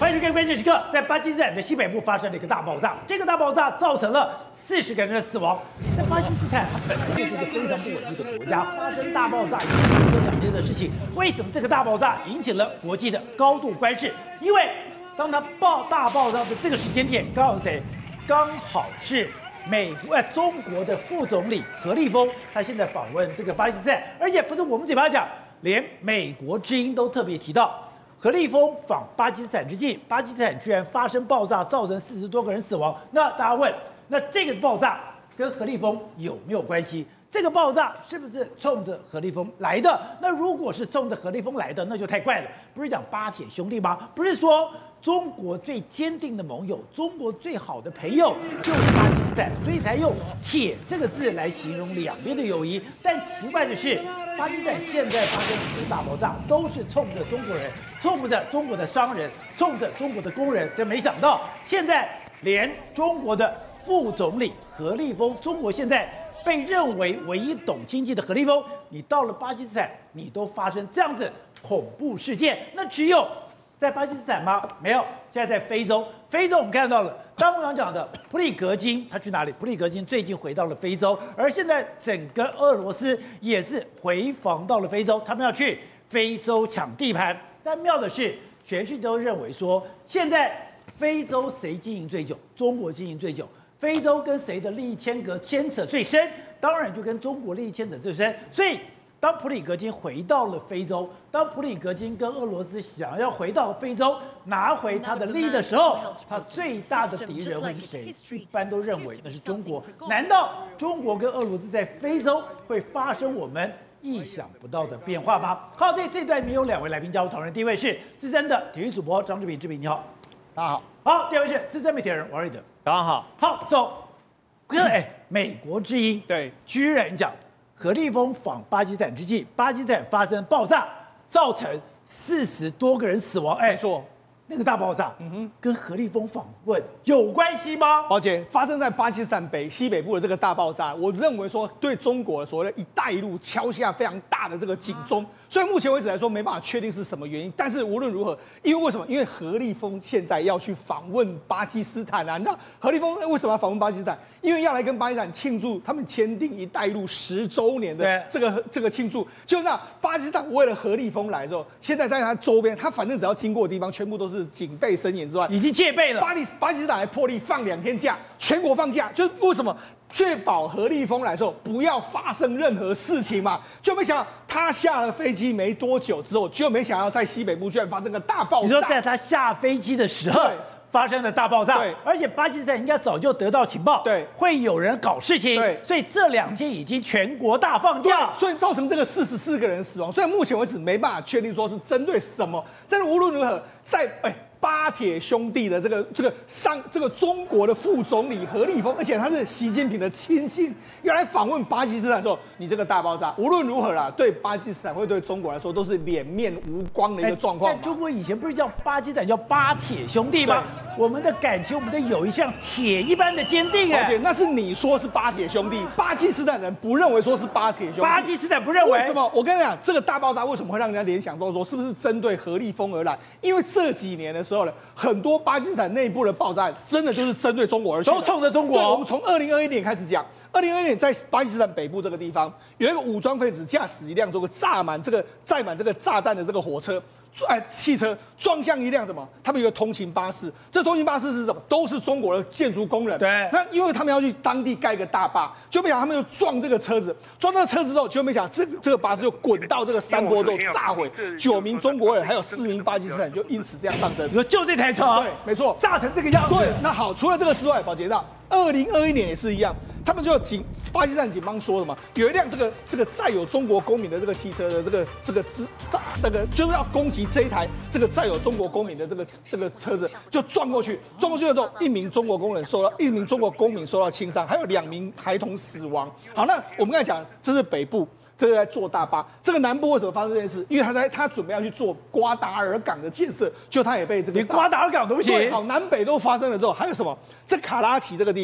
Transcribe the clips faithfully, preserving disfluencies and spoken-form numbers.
欢迎收看关键时刻。在巴基斯坦的西北部发生了一个大爆炸，这个大爆炸造成了四十个人的死亡。在巴基斯坦，它本来就是一个非常不稳定的国家，发生大爆炸也是这两件的事情。为什么这个大爆炸引起了国际的高度关注？因为当它爆大爆炸的这个时间点，刚好是谁？刚好是美国呃中国的副总理何立峰，他现在访问这个巴基斯坦，而且不是我们嘴巴讲，连美国之音都特别提到。何立峰访巴基斯坦之际，巴基斯坦居然发生爆炸，造成四十多个人死亡。那大家问，那这个爆炸跟何立峰有没有关系？这个爆炸是不是冲着何立峰来的？那如果是冲着何立峰来的，那就太怪了。不是讲巴铁兄弟吗？不是说中国最坚定的盟友，中国最好的朋友就是巴基斯坦，所以才用“铁”这个字来形容两边的友谊。但奇怪的是，巴基斯坦现在发生很多大爆炸，都是冲着中国人，冲着中国的商人，冲着中国的工人。但没想到，现在连中国的副总理何立峰，中国现在被认为唯一懂经济的何立峰，你到了巴基斯坦，你都发生这样子恐怖事件，那只有在巴基斯坦吗？没有，现在在非洲。非洲我们看到了，刚刚讲的普里格金，他去哪里？普里格金最近回到了非洲，而现在整个俄罗斯也是回防到了非洲，他们要去非洲抢地盘。但妙的是，全世界都认为说，现在非洲谁经营最久？中国经营最久。非洲跟谁的利益牵隔牵扯最深？当然就跟中国利益牵扯最深。所以，当普里格金回到了非洲，当普里格金跟俄罗斯想要回到非洲拿回他的利益的时候，他最大的敌人会是谁？一般都认为那是中国。难道中国跟俄罗斯在非洲会发生我们意想不到的变化吗？好，这这段里面有两位来宾加入讨论，第一位是资深的体育主播张志平，志平你好。 大家好。 好，第二位是资深媒体人王瑞德。 大家好。 好，走。哎，美国之音对， 居然讲何立峰访巴基斯坦之际，巴基斯坦发生爆炸，造成四十多个人死亡。哎， 没错， 那个大爆炸，嗯哼，跟何立峰访问有关系吗？ 宝姐，发生在巴基斯坦北西北部的这个大爆炸，我认为说对中国所谓的一带一路敲下非常大的这个警钟。所以目前为止来说，没办法确定是什么原因。但是无论如何，因为为什么？因为何立峰现在要去访问巴基斯坦啊！你知道何立峰为什么要访问巴基斯坦？因为要来跟巴基斯坦庆祝他们签订“一带一路”十周年的这个这个庆祝。就那巴基斯坦为了何立峰来之后，现在在他周边，他反正只要经过的地方，全部都是警备森严之外， 已经戒备了。 巴黎巴基斯坦还破例放两天假，全国放假，就是为什么？确保何立峰来的时候不要发生任何事情嘛，就没想到他下了飞机没多久之后，就没想到在西北部居然发生个大爆炸。 你说在他下飞机的时候发生的大爆炸， 对， 而且巴基斯坦应该早就得到情报， 对， 会有人搞事情， 对， 所以这两天已经全国大放假， 所以造成这个四十四个人死亡。所以目前为止没办法确定说是针对什么，但是无论如何，在哎。巴铁兄弟的这个这个上这个中国的副总理何立峰，而且他是习近平的亲信，要来访问巴基斯坦的时候，你这个大爆炸，无论如何啦，对巴基斯坦或对中国来说都是脸面无光的一个状况。 但中国以前不是叫巴基斯坦叫巴铁兄弟吗？我们的感情，我们的友谊像铁一般的坚定。 而且那是你说是巴铁兄弟，巴基斯坦人不认为说是巴铁兄弟。 巴基斯坦不认为。 为什么？我跟你讲，这个大爆炸为什么会让人家联想到说是不是针对何立峰而来？因为这几年的时候呢，很多巴基斯坦内部的爆炸真的就是针对中国而去， 都冲着中国。 我们从二零二一年开始讲，二零二一年在巴基斯坦北部这个地方，有一个武装分子驾驶一辆这个炸满这个载满这个炸弹的这个火车。哎，汽车撞向一辆什么？他们有个通勤巴士，这通勤巴士是什么？都是中国的建筑工人。 对， 那因为他们要去当地盖一个大坝，就没想到他们就撞这个车子，撞这个车子之后，就没想到这个这个巴士就滚到这个山坡之后炸毁，九名中国人还有四名巴基斯坦人就因此这样丧生。 你说就这台车？ 对，没错， 炸成这个样子。 对，那好，除了这个之外，宝杰道。二零二一年也是一样，他们就警巴基斯坦警方说的嘛，有一辆这个这个载有中国公民的这个汽车的这个这个资那个就是要攻击这一台这个载有中国公民的这个这个车子，就撞过去，撞过去的时候，一名中国工人受到一名中国公民受到轻伤，还有两名孩童死亡。好，那我们刚才讲，这是北部。这个在做大巴，这个南部为什么发生这件事？因为他在他准备要去做瓜达尔港的建设，就他也被这个连瓜达尔港都不行。 对，好，南北都发生了之后，还有什么？这卡拉奇这个地方，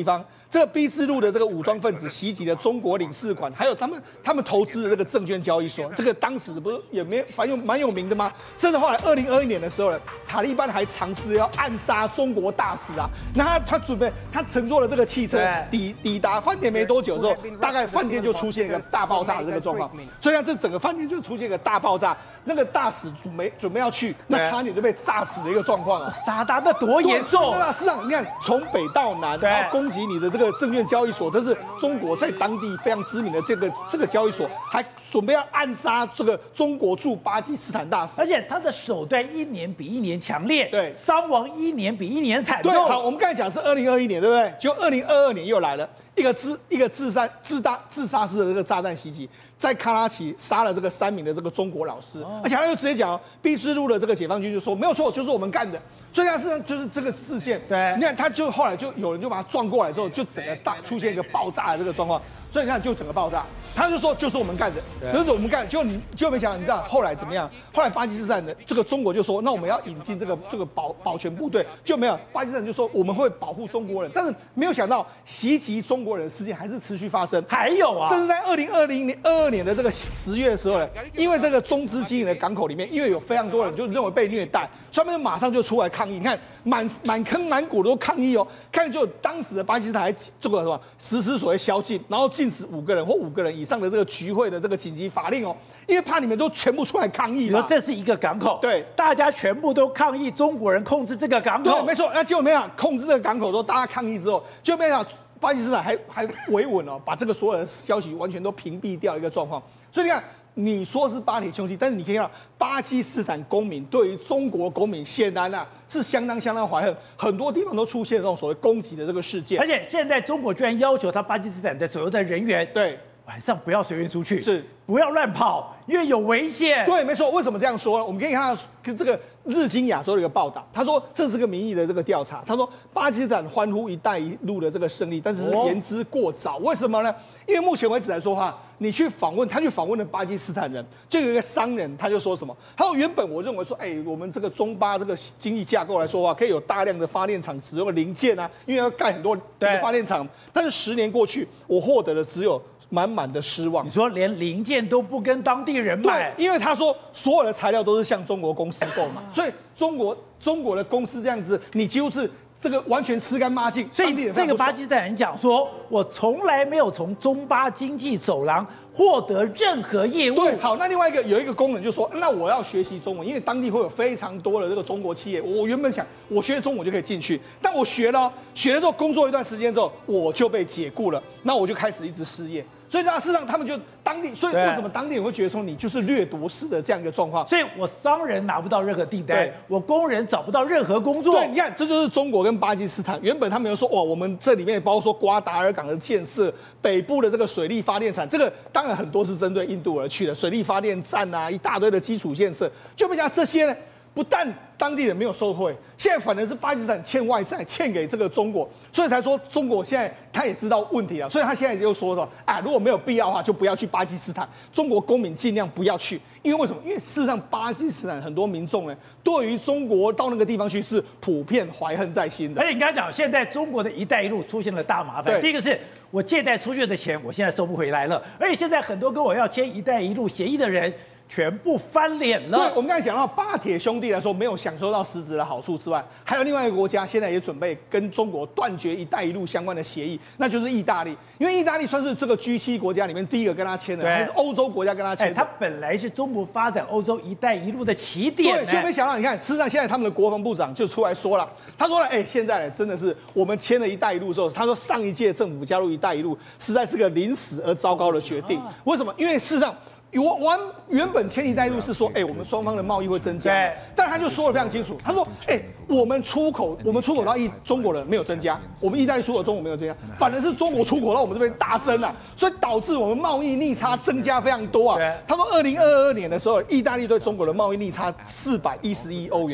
这个 B 支路的这个武装分子袭击了中国领事馆，还有他们他们投资的这个证券交易所，这个当时不是也没蛮有蛮有名的吗？甚至后来二零二一年的时候呢，塔利班还尝试要暗杀中国大使啊。那他他准备他乘坐了这个汽车抵抵达饭店没多久之后，大概饭店就出现一个大爆炸的这个状况，所以像这整个饭店就出现一个大爆炸，那个大使准备准备要去，那差点就被炸死的一个状况啊！ 杀他那多严重！ 对啊，市场你看从北到南，然后攻击你的这个证券交易所，这是中国在当地非常知名的这个这个交易所，还准备要暗杀这个中国驻巴基斯坦大使， 而且他的手段一年比一年强烈， 对， 伤亡一年比一年惨重。 对，好，我们刚才讲是二零二一年，对不对？就二零二二年又来了一个自一个自杀自大自杀式的这个炸弹袭击，在卡拉奇杀了这个三名的这个中国老师，哦、而且他就直接讲 ，B 支路的这个解放军就说没有错，就是我们干的。所以他是就是这个事件， 对， 你看他就后来就有人就把他撞过来之后，就整个大出现一个爆炸的这个状况，所以你看就整个爆炸，他就说就是我们干的，就是我们干的，就你就没想到你知道后来怎么样？后来巴基斯坦的这个中国就说，那我们要引进这个这个保保全部队，就没有巴基斯坦就说我们会保护中国人，但是没有想到袭击中国人的事件还是持续发生， 还有啊， 甚至在二零二零年二二年的这个十月的时候呢，因为这个中资经营的港口里面，因为有非常多人就认为被虐待，所以他们马上就出来抗议。你看满满坑满谷都抗议哦，看就当时的巴基斯坦还这个什么实施所谓宵禁，然后禁止五个人或五个人以上的这个集会的这个紧急法令哦，因为怕你们都全部出来抗议嘛。 你说这是一个港口， 对， 大家全部都抗议中国人控制这个港口， 对，没错。那结果没想控制这个港口之后，大家抗议之后，就没想巴基斯坦还还维稳哦，把这个所有的消息完全都屏蔽掉一个状况。所以你看。你说是巴铁兄弟，但是你可以看到巴基斯坦公民对于中国公民显然啊是相当相当怀恨，很多地方都出现这种所谓攻击的这个事件。 而且现在中国居然要求他巴基斯坦的所有的人员， 对， 晚上不要随便出去， 是不要乱跑，因为有危险。 对，没错。为什么这样说呢？我们可以看到这个日经亚洲的一个报道，他说这是个民意的这个调查，他说巴基斯坦欢呼“一带一路”的这个胜利，但是是言之过早。为什么呢？因为目前为止来说的话，你去访问他去访问的巴基斯坦人，就有一个商人，他就说什么？他说原本我认为说，哎，我们这个中巴这个经济架构来说的话，可以有大量的发电厂使用的零件啊，因为要盖很多这个发电厂。但是十年过去，我获得的只有满满的失望。 你说连零件都不跟当地人买？ 对，因为他说所有的材料都是向中国公司购买，所以中国中国的公司这样子，你几乎是。这个完全吃干抹净， 所以这个巴基斯坦人讲说，我从来没有从中巴经济走廊获得任何业务。 对，好，那另外一个有一个工人就说，那我要学习中文，因为当地会有非常多的这个中国企业。我原本想我学中文就可以进去，但我学了，学了之后工作一段时间之后，我就被解雇了，那我就开始一直失业。所以事实上，他们就当地，所以为什么当地人会觉得说你就是掠夺式的这样一个状况？ 所以我商人拿不到任何订单，我工人找不到任何工作。 对，你看，这就是中国跟巴基斯坦。原本他们有说，哇，我们这里面包括说瓜达尔港的建设，北部的这个水力发电厂，这个当然很多是针对印度而去的，水力发电站啊，一大堆的基础建设，就被讲这些呢。不但当地人没有受惠，现在反而是巴基斯坦欠外债，欠给这个中国，所以才说中国现在他也知道问题了，所以他现在就说说啊，如果没有必要的话，就不要去巴基斯坦，中国公民尽量不要去，因为为什么？因为事实上巴基斯坦很多民众呢，对于中国到那个地方去是普遍怀恨在心的。 而且你刚才讲，现在中国的一带一路出现了大麻烦，第一个是我借贷出去的钱，我现在收不回来了，而且现在很多跟我要签一带一路协议的人。全部翻脸了。 对，我们刚才讲到巴铁兄弟来说，没有享受到实质的好处之外，还有另外一个国家现在也准备跟中国断绝“一带一路”相关的协议，那就是意大利。因为意大利算是这个 G 七 国家里面第一个跟他签的，还是欧洲国家跟他签的。 它本来是中国发展欧洲“一带一路”的起点。 对，就没想到，你看，事实上现在他们的国防部长就出来说了，他说了，哎，现在呢真的是我们签了“一带一路”之后，他说上一届政府加入“一带一路”实在是个临时而糟糕的决定。啊、为什么？因为事实上。完原本签一带一路是说，哎、欸，我们双方的贸易会增加，但他就说得非常清楚，他说，哎、欸，我们出口我们出口到意中国人没有增加，我们意大利出口中国没有增加，反而是中国出口到我们这边大增啊，所以导致我们贸易逆差增加非常多啊。他说，二零二二年的时候，意大利对中国的贸易逆差四百一十亿欧元，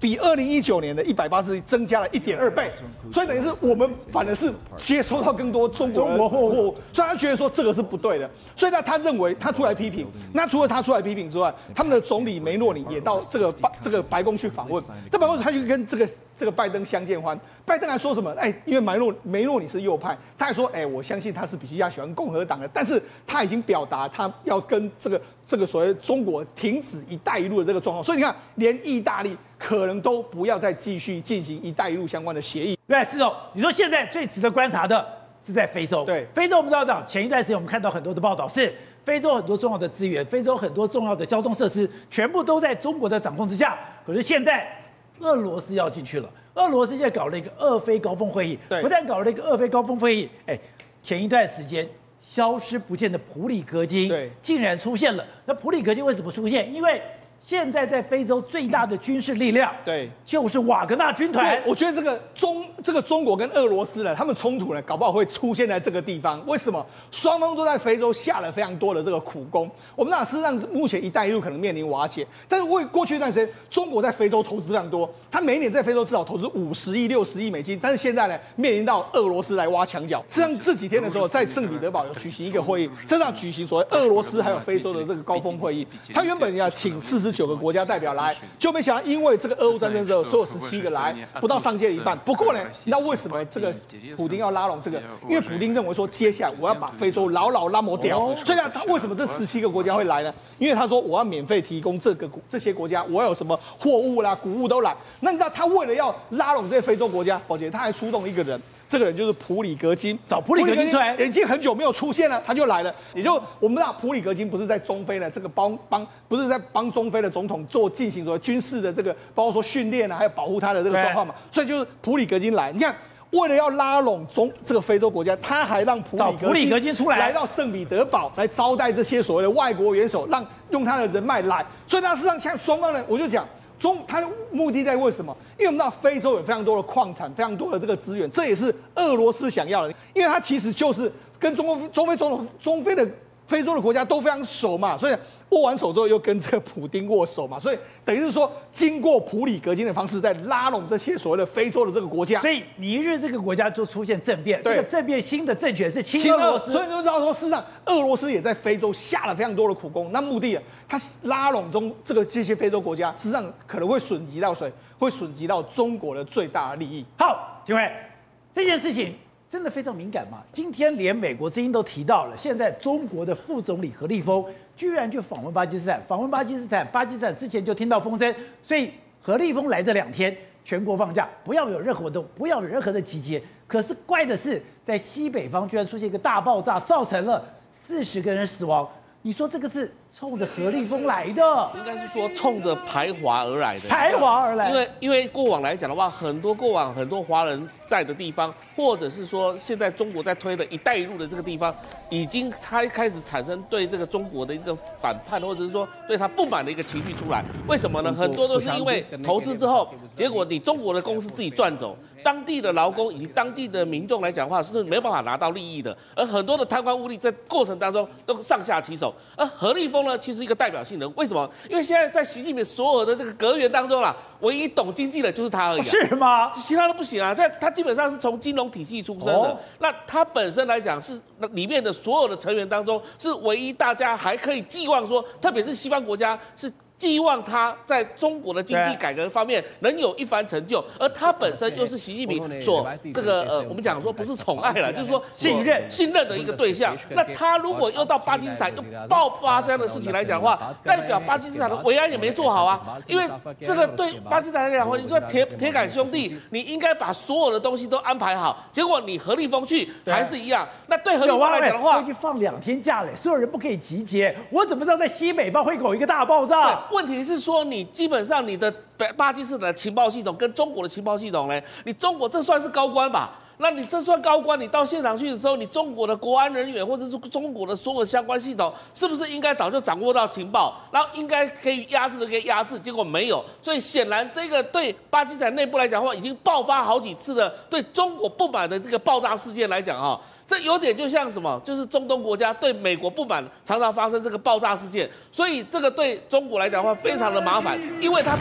比二零一九年的一百八十亿增加了一点二倍，所以等于是我们反而是接收到更多中国的货物，所以他觉得说这个是不对的，所以呢，他认为他出来批评。那除了他出来批评之外，他们的总理梅诺尼也到这个白这个白宫去访问，在白宫他就跟这个这个拜登相见欢，拜登还说什么？哎，因为梅诺梅诺尼是右派，他还说，哎，我相信他是比较喜欢共和党的，但是他已经表达他要跟这个这个所谓中国停止“一带一路”的这个状况，所以你看，连意大利可能都不要再继续进行“一带一路”相关的协议。 对，是哦。你说现在最值得观察的是在非洲， 对， 非洲我们知道讲，前一段时间我们看到很多的报道是。非洲很多重要的资源，非洲很多重要的交通设施，全部都在中国的掌控之下。可是现在，俄罗斯要进去了。俄罗斯现在搞了一个俄非高峰会议，不但搞了一个俄非高峰会议，哎，前一段时间消失不见的普里格金， 对， 竟然出现了。那普里格金为什么出现？因为现在在非洲最大的军事力量， 对， 就是瓦格纳军团。 我觉得这个中这个中国跟俄罗斯呢，他们冲突呢，搞不好会出现在这个地方。为什么？双方都在非洲下了非常多的这个苦功。我们讲事实上，目前“一带一路”可能面临瓦解，但是为过去一段时间，中国在非洲投资非常多，他每一年在非洲至少投资五十亿、六十亿美金。但是现在呢，面临到俄罗斯来挖墙脚。实际上这几天的时候，在圣彼得堡有举行一个会议，这上举行所谓俄罗斯还有非洲的这个高峰会议。他原本要请四十九个国家代表来，就没想到因为这个俄乌战争之后，所有十七个来，不到上届一半。不过呢，你知道为什么这个普丁要拉拢这个？因为普丁认为说，接下来我要把非洲牢牢拉磨掉。所以呢，他为什么这十七个国家会来呢？因为他说我要免费提供这个这些国家，我有什么货物啦、谷物都来。那你知道他为了要拉拢这些非洲国家，宝杰他还出动一个人。这个人就是普里格金， 找普里格金出来， 已经很久没有出现了，他就来了。也就我们知道，普里格金不是在中非呢，这个帮帮不是在帮中非的总统做进行所谓军事的这个，包括说训练啊，还有保护他的这个状况嘛。所以就是普里格金来，你看，为了要拉拢中这个非洲国家，他还让普里格金普里格金出来， 来到圣彼得堡来招待这些所谓的外国元首，让用他的人脉来。所以他事实上像双方呢，我就讲。中，它的目的在为什么？因为我们知道非洲有非常多的矿产，非常多的这个资源，这也是俄罗斯想要的。因为它其实就是跟中国、中非、中中非的非洲的国家都非常熟嘛，所以握完手之后又跟这个普丁握手嘛，所以等于是说，经过普里格金的方式，在拉拢这些所谓的非洲的这个国家。 所以尼日这个国家就出现政变，这个政变新的政权是亲俄罗斯， 所以就知道说，事实上俄罗斯也在非洲下了非常多的苦功。那目的，他拉拢中这个这些非洲国家，事实上可能会损及到谁？会损及到中国的最大的利益。 好，廷伟，这件事情真的非常敏感吗？今天连美国之音都提到了，现在中国的副总理何立峰居然去访问巴基斯坦，访问巴基斯坦，巴基斯坦之前就听到风声，所以何立峰来这两天，全国放假，不要有任何活动，不要有任何的集结。可是怪的是，在西北方居然出现一个大爆炸，造成了四十个人死亡。你说这个是冲着何立峰来的？ 应该是说冲着排华而来的。 排华而来， 因为因为过往来讲的话，很多过往很多华人在的地方，或者是说现在中国在推的一带一路的这个地方，已经开开始产生对这个中国的一个反叛，或者是说对他不满的一个情绪出来。为什么呢？很多都是因为投资之后，结果你中国的公司自己赚走。当地的劳工以及当地的民众来讲的话，是没有办法拿到利益的，而很多的贪官污吏在过程当中都上下其手。而何立峰呢，其实一个代表性人，为什么？因为现在在习近平所有的这个阁员当中啦，唯一懂经济的就是他而已、啊， 是吗？ 其他都不行啊，在他基本上是从金融体系出身的，哦、那他本身来讲是里面的所有的成员当中，是唯一大家还可以寄望说，特别是西方国家是。寄望他在中国的经济改革方面能有一番成就，而他本身又是习近平所这个呃，我们讲说不是宠爱了，就是说信任信任的一个对象。那他如果又到巴基斯坦又爆发这样的事情来讲的话，代表巴基斯坦的维安也没做好啊。因为这个对巴基斯坦来讲的话，你说铁铁杆兄弟，你应该把所有的东西都安排好，结果你何立峰去还是一样。那对何立峰来讲的话， 我去放两天假嘞，所有人不可以集结，我怎么知道在西北方会搞一个大爆炸？ 问题是说，你基本上你的巴基斯坦的情报系统跟中国的情报系统呢，你中国这算是高官吧？那你这算高官，你到现场去的时候，你中国的国安人员或者是中国的所有相关系统，是不是应该早就掌握到情报，然后应该可以压制的可以压制？结果没有，所以显然这个对巴基斯坦内部来讲的话，已经爆发好几次的对中国不满的这个爆炸事件来讲哈。这有点就像什么，就是中东国家对美国不满，常常发生这个爆炸事件，所以这个对中国来讲的话非常的麻烦，因为他投资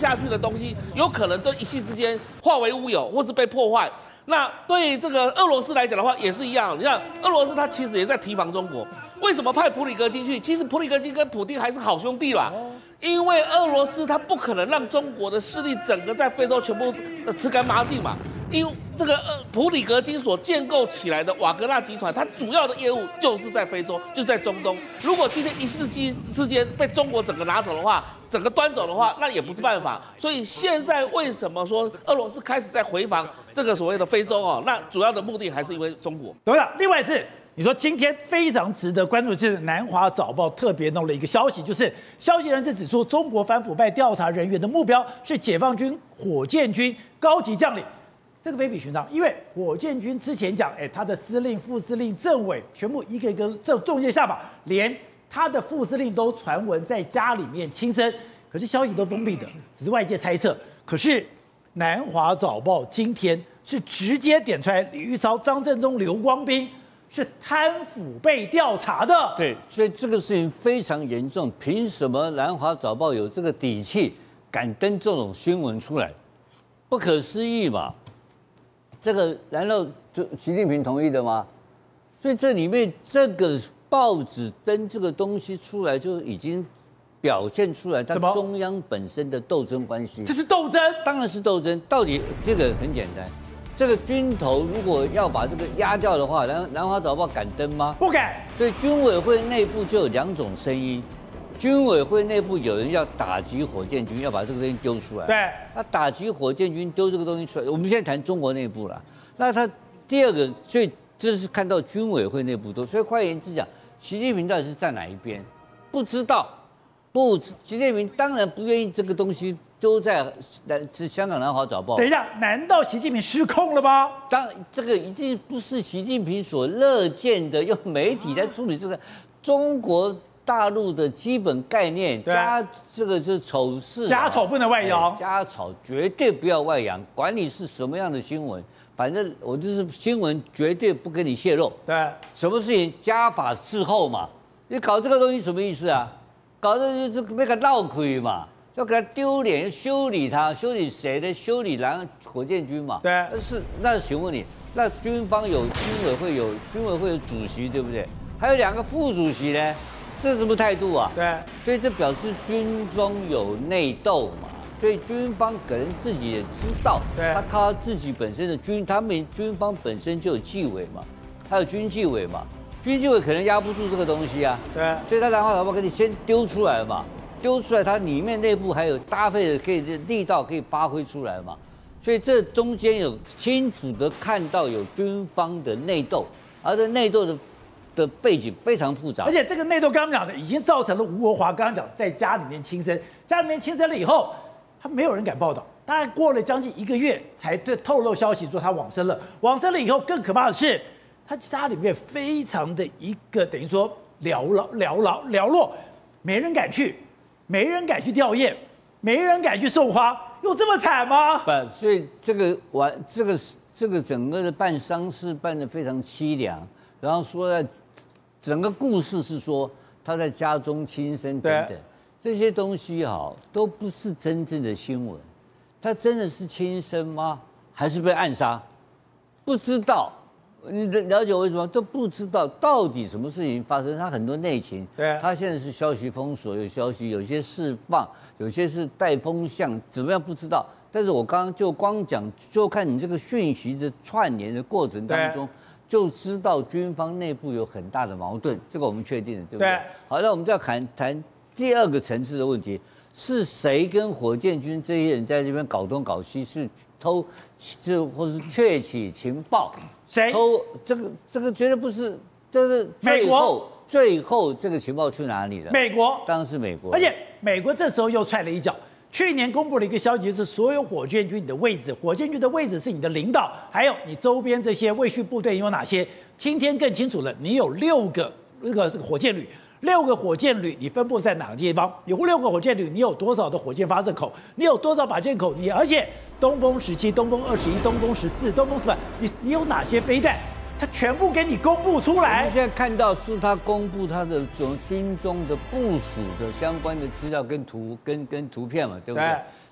下去的东西，有可能都一夕之间化为乌有，或是被破坏。那对这个俄罗斯来讲的话，也是一样。你看，俄罗斯它其实也在提防中国。为什么派普里格金去？其实普里格金跟普丁还是好兄弟啦。因为俄罗斯它不可能让中国的势力整个在非洲全部吃干抹净嘛。因为这个呃普里格金所建构起来的瓦格纳集团，它主要的业务就是在非洲，就是在中东。如果今天一世纪之间被中国整个拿走的话，整个端走的话，那也不是办法。所以现在为什么说俄罗斯开始在回防这个所谓的非洲哦？那主要的目的还是因为中国。 董事长，另外是你说今天非常值得关注，就是南华早报特别弄了一个消息，就是消息人士指出，中国反腐败调查人员的目标是解放军火箭军高级将领。这个非比寻常，因为火箭军之前讲，哎，他的司令、副司令、政委全部一个一个这中箭下马，连他的副司令都传闻在家里面轻生，可是消息都封闭的，只是外界猜测。可是南华早报今天是直接点出来，李玉超、张振中、刘光斌是贪腐被调查的。 对，所以这个事情非常严重。凭什么南华早报有这个底气敢登这种新闻出来？不可思议嘛！这个难道就习近平同意的吗？所以这里面这个报纸登这个东西出来，就已经表现出来它中央本身的斗争关系。 这是斗争， 当然是斗争。到底这个很简单，这个军头如果要把这个压掉的话，南南华早报敢登吗？ 不敢。 所以军委会内部就有两种声音。军委会内部有人要打击火箭军，要把这个东西丢出来。 对， 那打击火箭军丢这个东西出来，我们现在谈中国内部了。那他第二个，所以这是看到军委会内部多，所以换言之讲，习近平到底是站哪一边？不知道，不，习近平当然不愿意这个东西都在南香港南华早报。 等一下，难道习近平失控了吗？ 当这个一定不是习近平所乐见的，用媒体在处理这个中国大陆的基本概念，家这个就是丑事， 家丑不能外扬， 家丑绝对不要外扬，管你是什么样的新闻，反正我就是新闻绝对不跟你泄露。 对， 什么事情家法伺候嘛，你搞这个东西什么意思啊？搞这就是被他闹亏嘛，要给他丢脸，修理他，修理谁呢？修理南火箭军嘛。 对， 是那请问你，那军方有军委会有军委会有主席对不对？还有两个副主席呢？这是什么态度啊？ 对， 所以这表示军中有内斗嘛。所以军方可能自己也知道， 对， 他靠他自己本身的军，他们军方本身就有纪委嘛，还有军纪委嘛，军纪委可能压不住这个东西啊。 对， 所以他南华早报给你先丢出来嘛，丢出来，它里面内部还有搭配的可以力道可以发挥出来嘛。所以这中间有清楚的看到有军方的内斗，而这内斗的。的背景非常复杂， 而且这个内斗刚刚讲的已经造成了吴国华刚刚讲在家里面轻生，家里面轻生了以后，他没有人敢报道，大概过了将近一个月才对透露消息说他往生了。往生了以后，更可怕的是他家里面非常的一个等于说寥落寥落寥落，没人敢去，没人敢去吊唁，没人敢去送花，有这么惨吗？ 不，所以这个完这个这个整个的办丧事办得非常凄凉，然后说在。整个故事是说他在家中轻生等等，这些东西哈都不是真正的新闻。他真的是轻生吗？还是被暗杀？不知道。你了解为什么都不知道到底什么事情发生？他很多内情。 对， 他现在是消息封锁，有消息，有些释放，有些是带风向，怎么样不知道。但是我刚刚就光讲，就看你这个讯息的串联的过程当中。就知道军方内部有很大的矛盾，这个我们确定的，对不对？ 对。 好，那我们再谈谈第二个层次的问题，是谁跟火箭军这些人在这边搞东搞西，是偷，是或是窃取情报？ 谁偷？这个这个绝对不是，这是最后最后这个情报去哪里了？ 美国， 当然是美国。 而且美国这时候又踹了一脚。去年公布了一个消息，是所有火箭军你的位置，火箭军的位置是你的领导，还有你周边这些卫戍部队有哪些？今天更清楚了，你有六个那个火箭旅，六个火箭旅你分布在哪个地方？有六个火箭旅，你有多少的火箭发射口？你有多少把箭口？你而且东风十七、东风二十一、东风十四、东风十八，你你有哪些飞弹？他全部给你公布出来。 我们现在看到是他公布他的这种军中的部署的相关的资料跟图跟跟图片嘛，对不对？对。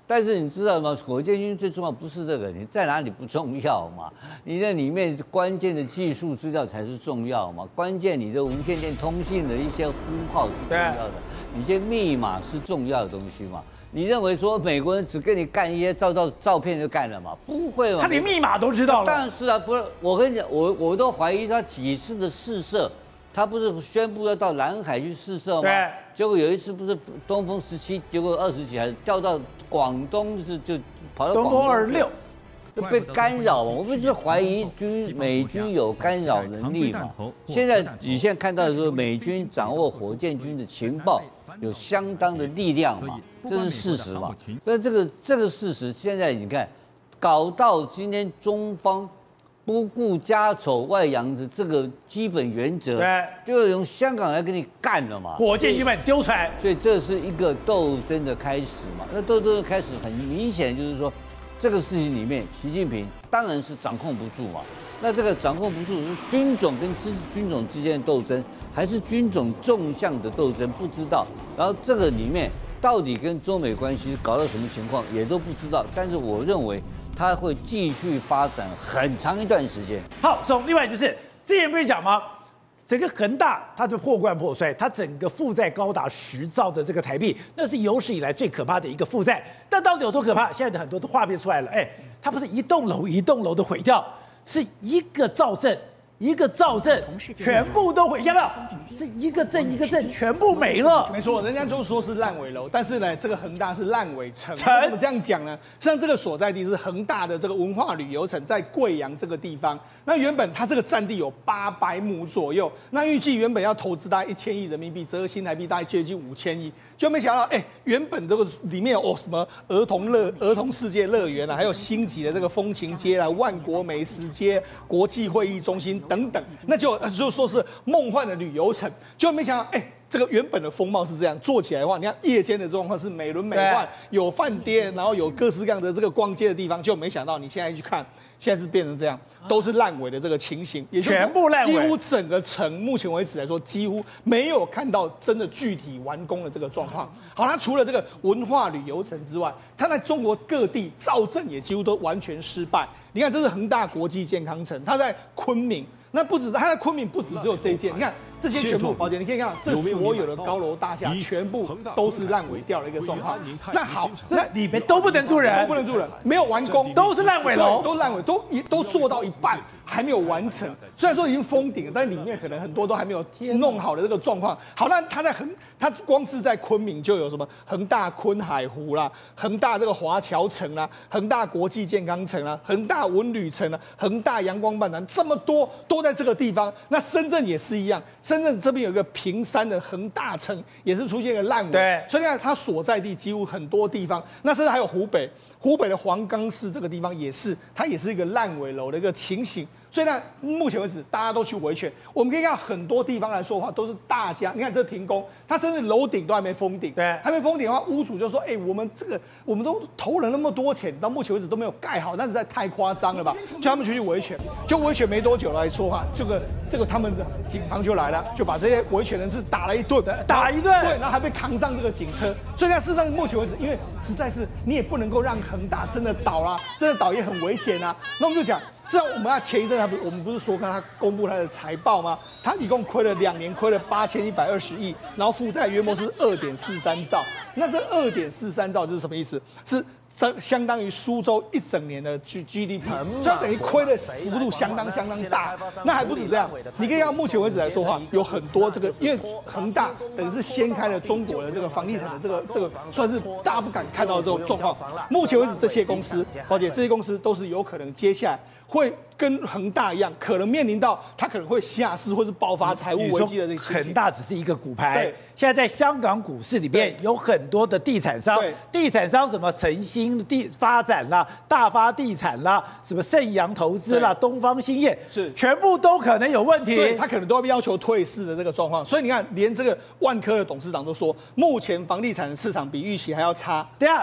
但是你知道吗？火箭军最重要不是这个，你在哪里不重要嘛？你在里面关键的技术资料才是重要嘛。关键你的无线电通信的一些呼号是重要的，你一些密码是重要的东西嘛。你认为说美国人只跟你干一些照照照片就干了嘛？不会嘛？ 他连密码都知道了。 但是啊，不是，我跟你讲，我我都怀疑他几次的试射。他不是宣布要到南海去试射吗？ 对。 结果有一次不是东风十七，结果二十几还掉到广东，是就跑到东风二十六， 就被干扰嘛。我们是怀疑军美军有干扰能力嘛。现在你现在看到的是美军掌握火箭军的情报有相当的力量嘛，这是事实嘛。所以这个这个事实，现在你看，搞到今天中方。不顾家丑外扬的这个基本原则， 对， 就用香港来跟你干了嘛。 火箭基本丢出来， 所以这是一个斗争的开始嘛。那斗争的开始很明显就是说，这个事情里面，习近平当然是掌控不住嘛。那这个掌控不住是军种跟军军种之间的斗争，还是军种纵向的斗争？不知道。然后这个里面到底跟中美关系搞到什么情况也都不知道。但是我认为。它会继续发展很长一段时间。 好，从另外就是之前不是讲吗？整个恒大它就破罐破摔，它整个负债高达十兆的这个台币，那是有史以来最可怕的一个负债。但到底有多可怕？现在的很多的画面出来了，哎，它不是一栋楼一栋楼的毁掉，是一个兆镇。一个兆镇全部都毁，要不要？是一个镇一个镇全部没了。 没错，人家就说是烂尾楼，但是呢，这个恒大是烂尾城。 城怎么这样讲呢？实际上，这个所在地是恒大的这个文化旅游城，在贵阳这个地方。那原本它这个占地有八百亩左右，那预计原本要投资大概一千亿人民币，折合新台币大概接近五千亿，就没想到，哎，原本这个里面有哦什么儿童乐、儿童世界乐园啊，还有星级的这个风情街啊、万国美食街、国际会议中心等等，那就就说是梦幻的旅游城，就没想到，哎。这个原本的风貌是这样，做起来的话，你看夜间的状况是美轮美奂，有饭店，然后有各式各样的这个逛街的地方，就没想到你现在去看，现在是变成这样，都是烂尾的这个情形，也就是全部烂尾， 几乎整个城目前为止来说，几乎没有看到真的具体完工的这个状况。好，它除了这个文化旅游城之外，它在中国各地造镇也几乎都完全失败。你看，这是恒大国际健康城，它在昆明。那不止，它在昆明不止只有这一件，你看这些全部，宝姐，你可以看到，这所有的高楼大厦全部都是烂尾掉的一个状况。那好，那里面都不能住人， 都不能住人，没有完工， 都是烂尾楼， 都烂尾，都一都做到一半还没有完成。虽然说已经封顶了，但里面可能很多都还没有弄好的这个状况。好，那它在恒，它光是在昆明就有什么恒大昆海湖啦，恒大这个华侨城啦，恒大国际健康城啦，恒大文旅城啦，恒大阳光半岛，这么多都在这个地方。那深圳也是一样，深圳这边有一个平山的恒大城，也是出现一个烂尾。 对， 所以你看它所在地几乎很多地方，那甚至还有湖北，湖北的黄冈市这个地方也是，它也是一个烂尾楼的一个情形。所以呢，目前为止大家都去维权，我们可以看很多地方来说的话，都是大家，你看这停工，它甚至楼顶都还没封顶， 对， 还没封顶的话，屋主就说，哎、欸，我们这个我们都投了那么多钱，到目前为止都没有盖好，那实在太夸张了吧？就他们就去维权，就维权没多久来说话，这个这个他们的警方就来了，就把这些维权人士打了一顿， 打一顿， 对，然后还被扛上这个警车。所以呢，事实上目前为止，因为实在是你也不能够让恒大真的倒啦，真的倒也很危险啊。那我们就讲。这样，我们要前一阵他不，我们不是说跟他公布他的财报吗？他一共亏了两年，亏了八千一百二十亿，然后负债约莫是二点四三兆。那这二点四三兆这是什么意思？是相当于苏州一整年的 G G D P， 这样等于亏的幅度相当相当大。那还不止这样，你可以到目前为止来说话，有很多这个，因为恒大等于是掀开了中国的这个房地产的这个这个，算是大家不敢看到的这种状况。目前为止，这些公司，宝姐，这些公司都是有可能接下来会跟恒大一样，可能面临到它可能会下市或是爆发财务危机的这个情形。 恒大只是一个股牌， 对， 现在在香港股市里面有很多的地产商，地产商什么晨兴地发展啦、大发地产啦、什么盛阳投资啦、东方兴业， 是全部都可能有问题。 对，他可能都要要求退市的这个状况。所以你看，连这个万科的董事长都说，目前房地产市场比预期还要差。 对啊。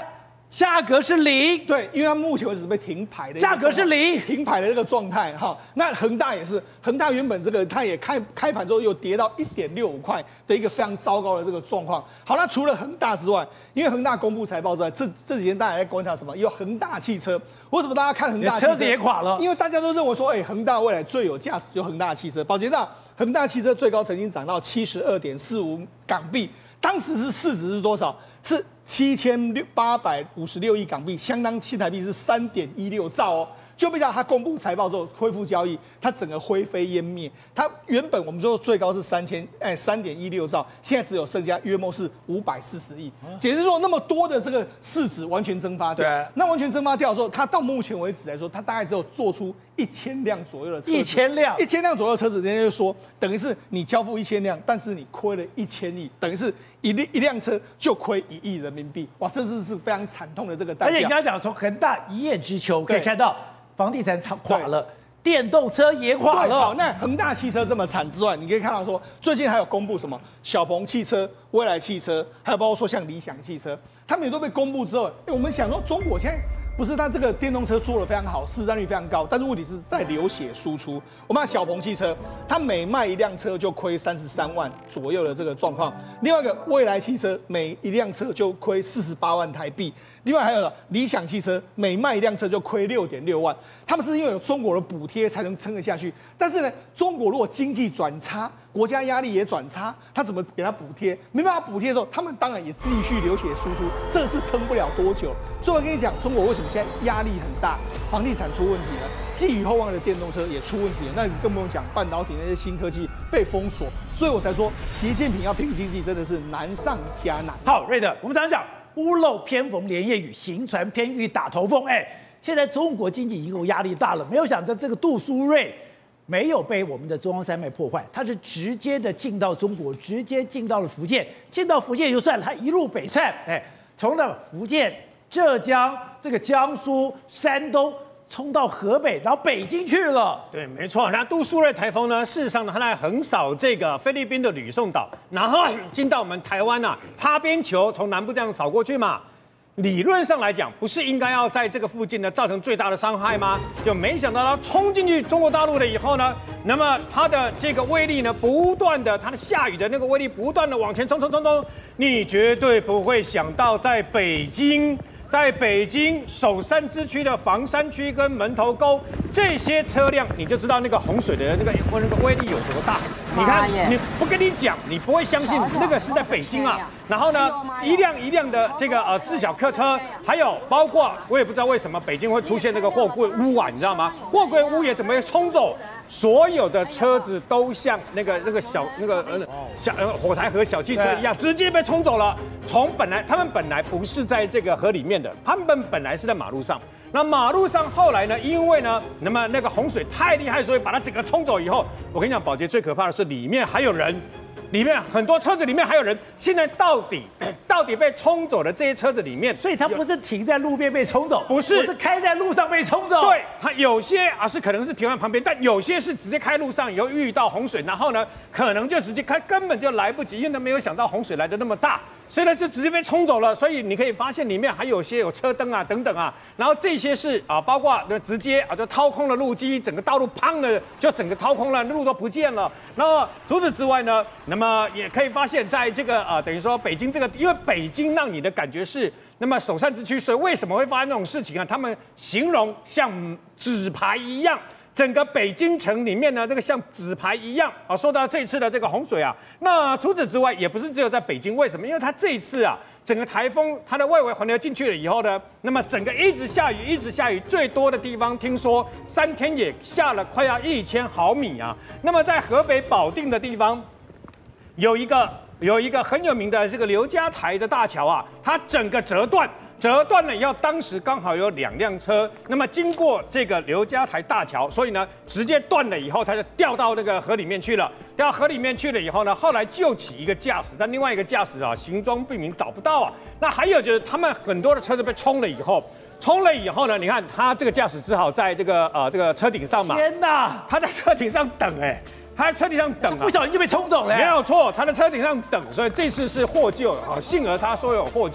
价格是零， 对，因为它目前为止被停牌的， 价格是零， 停牌的这个状态哈。那恒大也是，恒大原本这个它也开开盘之后又跌到一点六五块的一个非常糟糕的这个状况。好，那除了恒大之外，因为恒大公布财报之外，这这几天大家在观察什么？有恒大汽车，为什么大家看恒大汽车？ 车子也垮了， 因为大家都认为说，哎、欸，恒大未来最有价值就恒大汽车。宝杰大，恒大汽车最高曾经涨到七十二点四五港币，当时是市值是多少？是七千六八百五十六亿港币，相当新台币是三点一六兆哦。就被讲他公布财报之后恢复交易，它整个灰飞烟灭。它原本我们说最高是三千哎三点一六兆，现在只有剩下约莫是五百四十亿，解释说那么多的这个市值完全蒸发掉。 对， 那完全蒸发掉的时候，它到目前为止来说，它大概只有做出一千辆左右的车子， 一千辆， 一千辆左右的车子，人家就说等于是你交付一千辆，但是你亏了一千亿，等于是一辆一辆车就亏一亿人民币。哇，这是是非常惨痛的这个代价。 而且你刚刚讲从恒大一叶知秋可以看到。房地产厂垮了，电动车也垮了。 好，那恒大汽车这么惨之外，你可以看到说，最近还有公布什么小鹏汽车、蔚来汽车，还有包括说像理想汽车，他们也都被公布之后，哎，我们想说中国现在不是它这个电动车做得非常好，市占率非常高，但是问题是在流血输出。我们看小鹏汽车，它每卖一辆车就亏三十三万左右的这个状况。另外一个蔚来汽车，每一辆车就亏四十八万台币。另外还有理想汽车，每卖一辆车就亏六点六万，他们是因为有中国的补贴才能撑得下去。但是呢，中国如果经济转差，国家压力也转差，他怎么给他补贴？没办法补贴的时候，他们当然也继续流血输出，这个是撑不了多久。所以我跟你讲，中国为什么现在压力很大，房地产出问题了，寄予厚望的电动车也出问题了，那你更不用讲半导体那些新科技被封锁。所以我才说，习近平要拼经济真的是难上加难。 好，瑞德，我们常常讲。屋漏偏逢连夜雨，行船偏遇打头风。哎，现在中国经济已经够压力大了，没有想到这个杜苏芮没有被我们的中央山脉破坏，它是直接的进到中国，直接进到了福建，进到福建就算了，它一路北窜，哎，从那福建、浙江、这个江苏、山东。冲到河北，然后北京去了。 对，没错。那杜苏芮台风呢？事实上呢，它在横扫这个菲律宾的吕宋岛，然后进到我们台湾啊，擦边球从南部这样扫过去嘛。理论上来讲，不是应该要在这个附近呢造成最大的伤害吗？就没想到它冲进去中国大陆了以后呢，那么它的这个威力呢，不断的，它的下雨的那个威力不断的往前冲冲冲冲，你绝对不会想到在北京。在北京首山之区的房山区跟门头沟这些车辆，你就知道那个洪水的那个那个威力有多大。你看，你不跟你讲，你不会相信那个是在北京啊。然后呢，一辆一辆的这个呃自小客车，还有包括我也不知道为什么北京会出现那个货柜屋啊，你知道吗？货柜屋也怎么会冲走？所有的车子都像那个那个小那个呃小呃火柴盒小汽车一样，直接被冲走了。从本来他们本来不是在这个河里面的，他们本来是在马路上。那马路上后来呢，因为呢，那么那个洪水太厉害，所以把它整个冲走以后，我跟你讲，宝洁最可怕的是里面还有人。里面很多车子里面还有人，现在到底到底被冲走的这些车子里面， 所以它不是停在路边被冲走， 不是， 是开在路上被冲走。 对，它有些啊是可能是停在旁边，但有些是直接开路上以后遇到洪水，然后呢可能就直接开，根本就来不及，因为他没有想到洪水来的那么大，所以呢就直接被冲走了。所以你可以发现里面还有些有车灯啊等等啊，然后这些是啊包括直接啊就掏空了路基，整个道路砰的就整个掏空了，路都不见了。然后除此之外呢，那么也可以发现，在这个呃，等于说北京这个，因为北京让你的感觉是那么首善之区，所以为什么会发生这种事情啊？他们形容像纸牌一样，整个北京城里面呢，这个像纸牌一样啊。说到这次的这个洪水啊，那除此之外，也不是只有在北京，为什么？因为它这一次啊，整个台风它的外围环流进去了以后呢，那么整个一直下雨，一直下雨，最多的地方听说三天也下了快要一千毫米啊。那么在河北保定的地方。有一个有一个很有名的这个刘家台的大桥啊，它整个折断，折断了以后，当时刚好有两辆车，那么经过这个刘家台大桥，所以呢直接断了以后，它就掉到那个河里面去了。掉到河里面去了以后呢，后来救起一个驾驶，但另外一个驾驶啊行踪不明，找不到啊。那还有就是他们很多的车子被冲了以后。冲了以后呢，你看他这个驾驶只好在这个呃这个车顶上嘛。 天哪！ 他在车顶上等哎、欸。他在车顶上等、啊， 不小心就被冲走了。 没有错，他在车顶上等，所以这次是获救啊，幸而他说有获救。他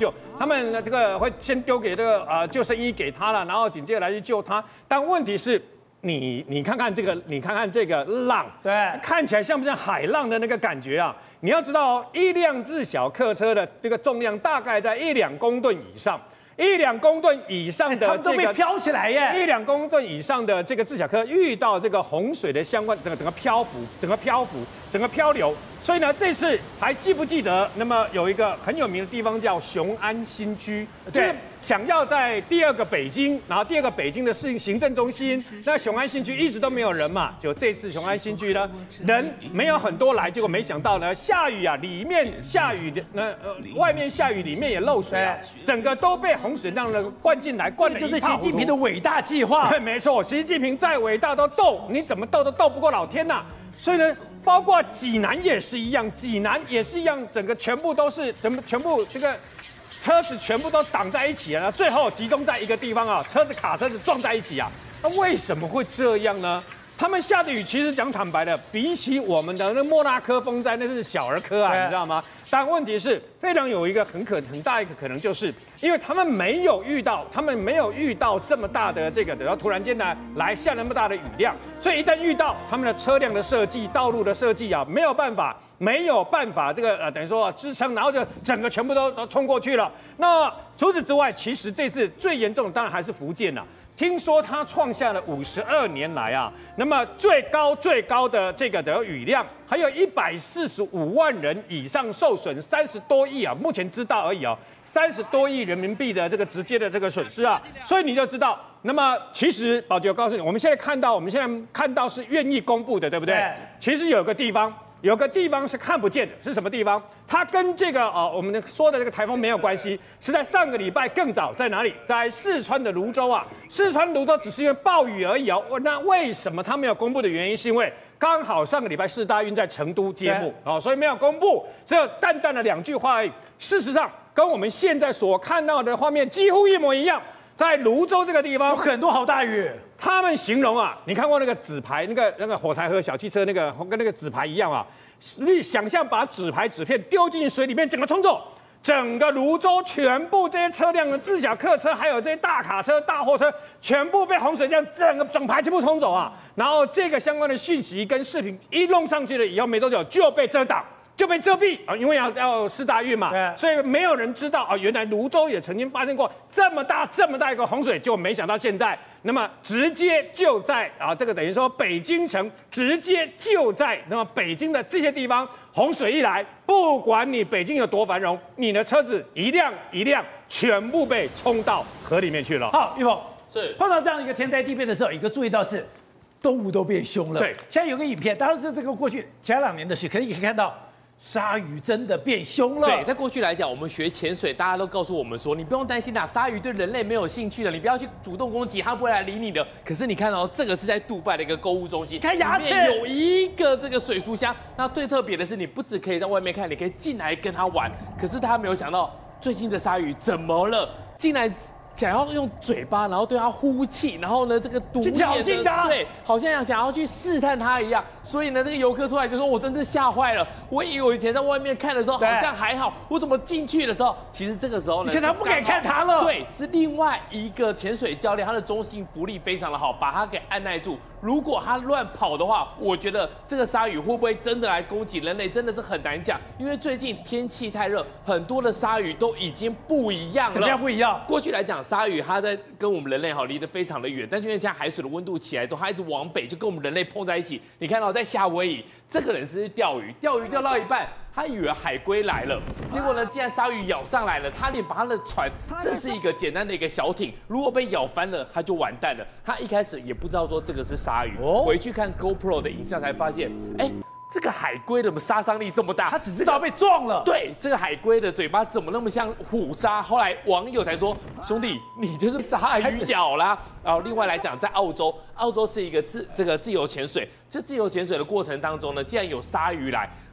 他们这个会先丢给这个呃救生衣给他了，然后紧接着来去救他。但问题是，你你看看这个，你看看这个浪， 对， 看起来像不像海浪的那个感觉啊？你要知道哦，一辆自小客车的这个重量大概在一两公吨以上。一两公吨以上的他们都这个被飘起来耶， 一两公吨以上的这个自小客遇到这个洪水的相关整个整个漂浮、整个漂浮、整个漂流，所以呢，这次还记不记得？那么有一个很有名的地方叫雄安新区，就是想要在第二个北京，然后第二个北京的市行政中心，那雄安新区一直都没有人嘛，就这次雄安新区呢，人没有很多来，结果没想到呢，下雨啊，里面下雨的那呃外面下雨，里面也漏水啊，整个都被洪水让人灌进来，灌了就是习一塌糊涂。 近平的伟大计划。 对，没错，习近平再伟大都斗，你怎么斗都斗不过老天呐、所以呢，包括济南也是一样，济南也是一样，整个全部都是全部全部这个车子全部都挡在一起了，最后集中在一个地方啊，车子卡车子撞在一起啊。那为什么会这样呢？他们下的雨其实讲坦白的，比起我们的那莫拉克风灾那是小儿科啊，你知道吗？但问题是非常有一个很可很大一个可能，就是因为他们没有遇到，他们没有遇到这么大的这个，然后突然间呢来下那么大的雨量，所以一旦遇到他们的车辆的设计、道路的设计啊，没有办法，没有办法这个呃等于说、啊、支撑，然后就整个全部都都冲过去了。那除此之外，其实这次最严重的当然还是福建了、啊。听说它创下了五十二年来啊，那么最高最高的这个的雨量，还有一百四十五万人以上受损，三十多亿啊，目前知道而已哦，三十多亿人民币的这个直接的这个损失啊，所以你就知道，那么其实宝杰，我告诉你，我们现在看到，我们现在看到是愿意公布的，对不对？对，其实有个地方。有个地方是看不见的，是什么地方？它跟这个呃我们说的这个台风没有关系，是在上个礼拜更早，在哪里？在四川的泸州啊。四川泸州只是因为暴雨而已哦。那为什么它没有公布的原因，是因为刚好上个礼拜四大运在成都揭幕哦，所以没有公布，只有淡淡的两句话而已。事实上，跟我们现在所看到的画面几乎一模一样。在泸州这个地方有很多好大雨。 他们形容啊，你看过那个纸牌，那个那个火柴盒小汽车那个跟那个纸牌一样啊，你想象把纸牌纸片丢进水里面，整个冲走，整个泸州全部这些车辆的自小客车，还有这些大卡车、大货车，全部被洪水这样整个整排全部冲走啊。然后这个相关的讯息跟视频一弄上去了以后，没多久就被遮挡。就被遮蔽啊，因为要要四大运嘛，所以没有人知道啊。原来泸州也曾经发生过这么大这么大一个洪水，就没想到现在，那么直接就在啊，这个等于说北京城直接就在那么北京的这些地方，洪水一来，不管你北京有多繁荣，你的车子一辆一辆全部被冲到河里面去了。 好，玉峰是碰到这样一个天灾地变的时候，一个注意到是动物都变凶了。 对， 现在有个影片，当然是这个过去前两年的事，可是你可以看到。鲨鱼真的变凶了。 对，在过去来讲，我们学潜水，大家都告诉我们说，你不用担心啦，鲨鱼对人类没有兴趣的，你不要去主动攻击，它不会来理你的。可是你看哦，这个是在杜拜的一个购物中心， 看牙齿里面有一个这个水族箱。那最特别的是，你不只可以在外面看，你可以进来跟它玩。可是他没有想到，最近的鲨鱼怎么了？竟然想要用嘴巴，然后对它呼气，然后呢，这个毒去挑衅它， 对，好像想要去试探它一样。所以呢，这个游客出来就说：“我真是吓坏了！我以为我以前在外面看的时候好像还好，我怎么进去的时候，其实这个时候呢， 现在不敢看它了。 对，是另外一个潜水教练，他的中性浮力非常的好，把它给按耐住。如果它乱跑的话，我觉得这个鲨鱼会不会真的来攻击人类，真的是很难讲。因为最近天气太热，很多的鲨鱼都已经不一样了。 怎么样不一样？ 过去来讲，鲨鱼它在跟我们人类好离得非常的远，但是因为现在海水的温度起来之后，它一直往北，就跟我们人类碰在一起。你看到在夏威夷，这个人是钓鱼，钓鱼钓到一半。他以为海龟来了，结果呢，既然鲨鱼咬上来了，差点把他的船，这是一个简单的一个小艇，如果被咬翻了，他就完蛋了。他一开始也不知道说这个是鲨鱼，哦、回去看 GoPro 的影像才发现，哎、欸，这个海龟的杀伤力这么大， 他只知道被撞了。 对，这个海龟的嘴巴怎么那么像虎鲨？后来网友才说，兄弟，你就是鲨鱼咬啦。然后另外来讲，在澳洲，澳洲是一个自这个自由潜水，这自由潜水的过程当中呢，既然有鲨鱼来。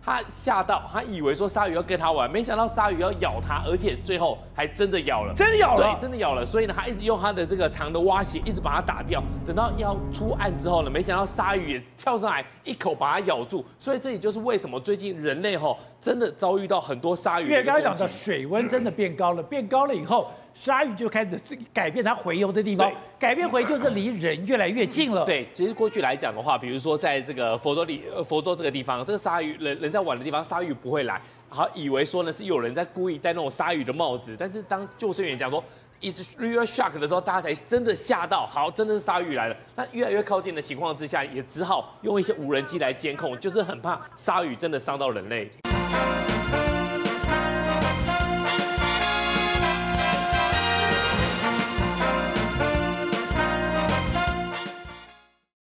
他吓到，他以为说鲨鱼要跟他玩，没想到鲨鱼要咬他，而且最后还真的咬了， 真的咬了， 对，真的咬了。所以呢，他一直用他的这个长的蛙鞋，一直把它打掉。等到要出岸之后呢，没想到鲨鱼也跳上来，一口把它咬住。所以这也就是为什么最近人类吼真的遭遇到很多鲨鱼的一个攻击。因为刚才讲的水温真的变高了，变高了以后，鲨鱼就开始改变它洄游的地方，改变回就是离人越来越近了。 对，其实过去来讲的话，比如说在这个佛州里、呃佛州这个地方，这个鲨鱼人人在玩的地方，鲨鱼不会来，好以为说呢是有人在故意戴那种鲨鱼的帽子，但是当救生员讲说，It's real shark 的时候，大家才真的吓到，好，真的是鲨鱼来了。那越来越靠近的情况之下，也只好用一些无人机来监控，就是很怕鲨鱼真的伤到人类。